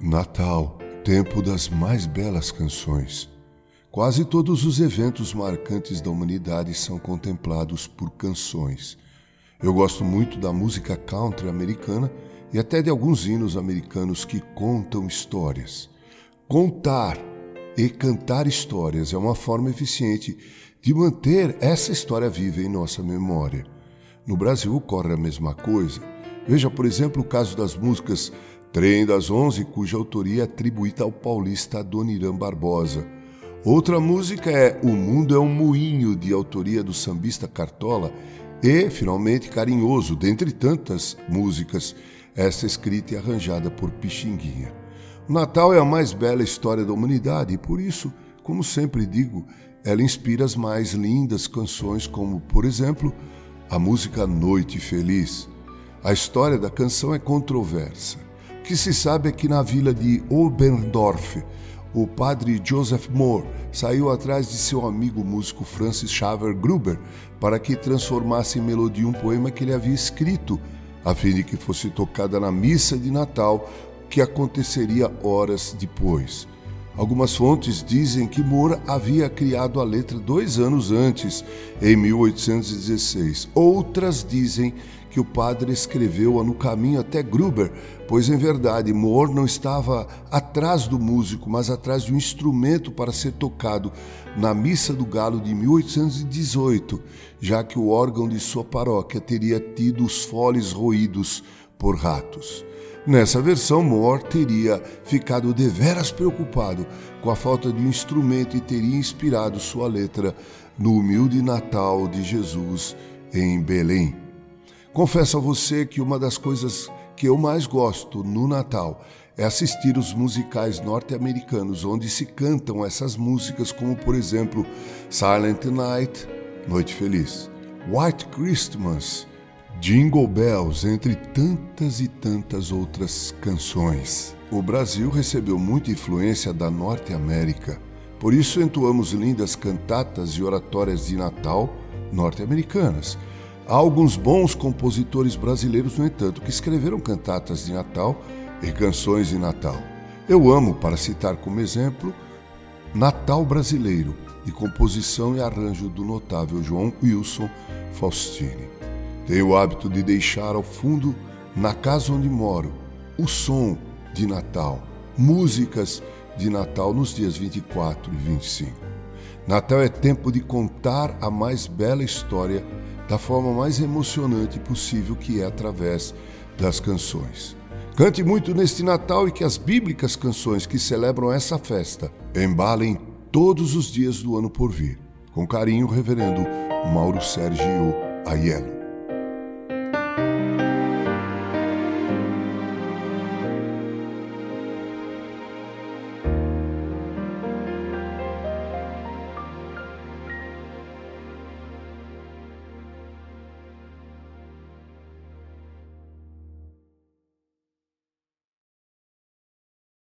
Natal, tempo das mais belas canções. Quase todos os eventos marcantes da humanidade são contemplados por canções. Eu gosto muito da música country americana e até de alguns hinos americanos que contam histórias. Contar e cantar histórias é uma forma eficiente de manter essa história viva em nossa memória. No Brasil ocorre a mesma coisa. Veja, por exemplo, o caso das músicas Trem das 11, cuja autoria é atribuída ao paulista Adoniran Barbosa. Outra música é O Mundo é um Moinho, de autoria do sambista Cartola, e, finalmente, Carinhoso, dentre tantas músicas, essa escrita e arranjada por Pixinguinha. O Natal é a mais bela história da humanidade e, por isso, como sempre digo, ela inspira as mais lindas canções, como, por exemplo, a música Noite Feliz. A história da canção é controversa. O que se sabe é que na vila de Oberndorf, o padre Joseph Mohr saiu atrás de seu amigo músico Francis Xaver Gruber para que transformasse em melodia um poema que ele havia escrito, a fim de que fosse tocada na missa de Natal, que aconteceria horas depois. Algumas fontes dizem que Mohr havia criado a letra 2 anos antes, em 1816. Outras dizem que o padre escreveu-a no caminho até Gruber, pois, em verdade, Mohr não estava atrás do músico, mas atrás de um instrumento para ser tocado na Missa do Galo de 1818, já que o órgão de sua paróquia teria tido os foles roídos por ratos. Nessa versão, Mohr teria ficado deveras preocupado com a falta de um instrumento e teria inspirado sua letra no humilde Natal de Jesus em Belém. Confesso a você que uma das coisas que eu mais gosto no Natal é assistir os musicais norte-americanos, onde se cantam essas músicas como, por exemplo, Silent Night, Noite Feliz, White Christmas, Jingle Bells, entre tantas e tantas outras canções. O Brasil recebeu muita influência da Norte-América, por isso entoamos lindas cantatas e oratórias de Natal norte-americanas. Há alguns bons compositores brasileiros, no entanto, que escreveram cantatas de Natal e canções de Natal. Eu amo, para citar como exemplo, Natal Brasileiro, de composição e arranjo do notável João Wilson Faustini. Tenho o hábito de deixar ao fundo, na casa onde moro, o som de Natal, músicas de Natal nos dias 24 e 25. Natal é tempo de contar a mais bela história da forma mais emocionante possível, que é através das canções. Cante muito neste Natal e que as bíblicas canções que celebram essa festa embalem todos os dias do ano por vir. Com carinho, Reverendo Mauro Sérgio Aiello.